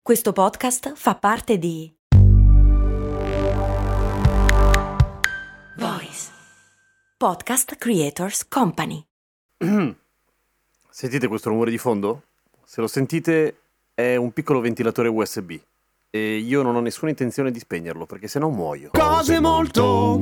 Questo podcast fa parte di Voice Podcast Creators Company. Sentite questo rumore di fondo? Se lo sentite è un piccolo ventilatore USB e io non ho nessuna intenzione di spegnerlo perché sennò muoio. Cose molto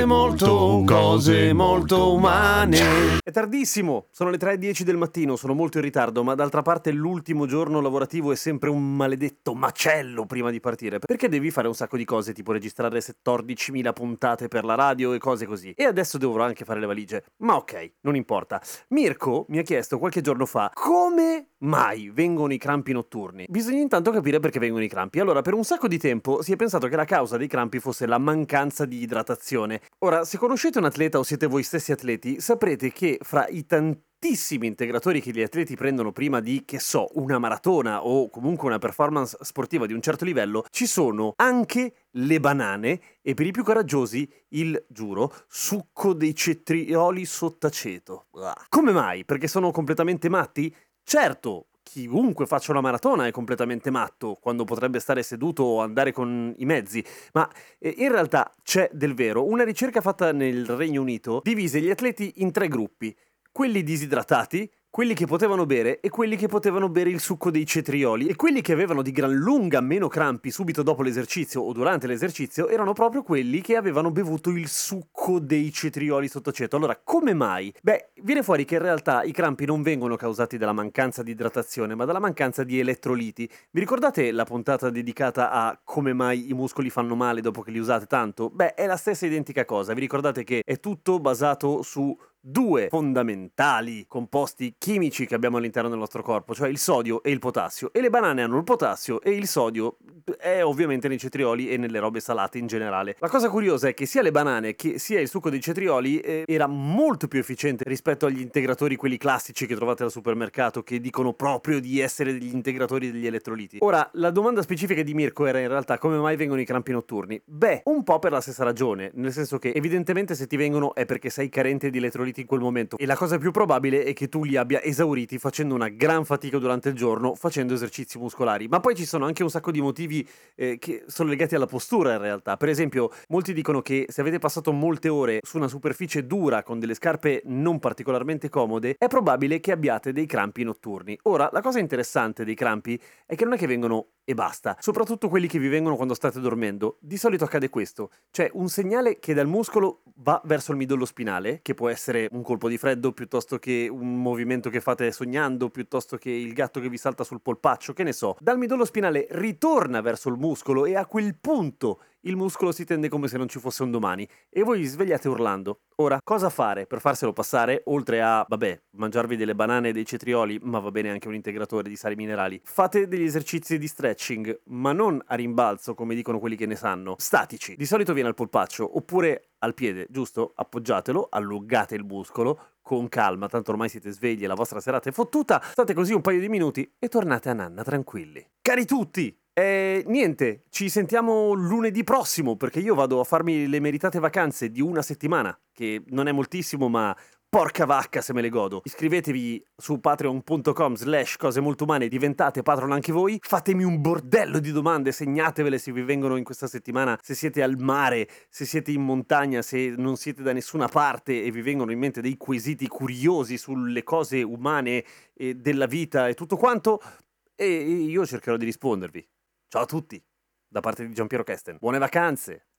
umane. È tardissimo, sono le 3:10 del mattino, sono molto in ritardo, ma d'altra parte l'ultimo giorno lavorativo è sempre un maledetto macello prima di partire, perché devi fare un sacco di cose, tipo registrare 14.000 puntate per la radio e cose così. E adesso dovrò anche fare le valigie, ma ok, non importa. Mirko mi ha chiesto qualche giorno fa come mai vengono i crampi notturni. Bisogna intanto capire perché vengono i crampi. Allora, per un sacco di tempo si è pensato che la causa dei crampi fosse la mancanza di idratazione. Ora, se conoscete un atleta o siete voi stessi atleti, saprete che fra i tantissimi integratori che gli atleti prendono prima di, che so, una maratona o comunque una performance sportiva di un certo livello, ci sono anche le banane e per i più coraggiosi il, giuro, succo dei cetrioli sott'aceto. Come mai? Perché sono completamente matti? Certo, chiunque faccia una maratona è completamente matto quando potrebbe stare seduto o andare con i mezzi, ma in realtà c'è del vero. Una ricerca fatta nel Regno Unito divise gli atleti in 3 gruppi: quelli disidratati, quelli che potevano bere e quelli che potevano bere il succo dei cetrioli, e quelli che avevano di gran lunga meno crampi subito dopo l'esercizio o durante l'esercizio erano proprio quelli che avevano bevuto il succo dei cetrioli sott'aceto. Allora, come mai? Beh, viene fuori che in realtà i crampi non vengono causati dalla mancanza di idratazione, ma dalla mancanza di elettroliti. Vi ricordate la puntata dedicata a come mai i muscoli fanno male dopo che li usate tanto? Beh, è la stessa identica cosa. Vi ricordate che è tutto basato su 2 fondamentali composti chimici che abbiamo all'interno del nostro corpo, cioè il sodio e il potassio, e le banane hanno il potassio e il sodio è ovviamente nei cetrioli e nelle robe salate in generale. La cosa curiosa è che sia le banane che sia il succo dei cetrioli era molto più efficiente rispetto agli integratori, quelli classici che trovate al supermercato, che dicono proprio di essere degli integratori degli elettroliti. Ora, la domanda specifica di Mirko era in realtà come mai vengono i crampi notturni? Beh, un po' per la stessa ragione, nel senso che evidentemente se ti vengono è perché sei carente di elettroliti in quel momento, e la cosa più probabile è che tu li abbia esauriti facendo una gran fatica durante il giorno, facendo esercizi muscolari. Ma poi ci sono anche un sacco di motivi che sono legati alla postura in realtà. Per esempio, molti dicono che se avete passato molte ore su una superficie dura con delle scarpe non particolarmente comode, è probabile che abbiate dei crampi notturni. Ora, la cosa interessante dei crampi è che non è che vengono e basta, soprattutto quelli che vi vengono quando state dormendo. Di solito accade questo, cioè un segnale che dal muscolo va verso il midollo spinale, che può essere un colpo di freddo piuttosto che un movimento che fate sognando, piuttosto che il gatto che vi salta sul polpaccio, che ne so. Dal midollo spinale ritorna verso il muscolo e a quel punto il muscolo si tende come se non ci fosse un domani e voi vi svegliate urlando. Ora, cosa fare per farselo passare, oltre a, mangiarvi delle banane e dei cetrioli, ma va bene anche un integratore di sali minerali? Fate degli esercizi di stretching, ma non a rimbalzo come dicono quelli che ne sanno, statici. Di solito viene al polpaccio, oppure al piede, giusto? Appoggiatelo, allungate il muscolo, con calma, tanto ormai siete svegli e la vostra serata è fottuta, state così un paio di minuti e tornate a nanna tranquilli. Cari tutti! Niente, ci sentiamo lunedì prossimo perché io vado a farmi le meritate vacanze di una settimana, che non è moltissimo, ma porca vacca se me le godo. Iscrivetevi su patreon.com/cosemoltoumane, diventate patron anche voi, fatemi un bordello di domande, segnatevele se vi vengono in questa settimana, se siete al mare, se siete in montagna, se non siete da nessuna parte e vi vengono in mente dei quesiti curiosi sulle cose umane e della vita e tutto quanto, e io cercherò di rispondervi. Ciao a tutti, da parte di Giampiero Kesten. Buone vacanze!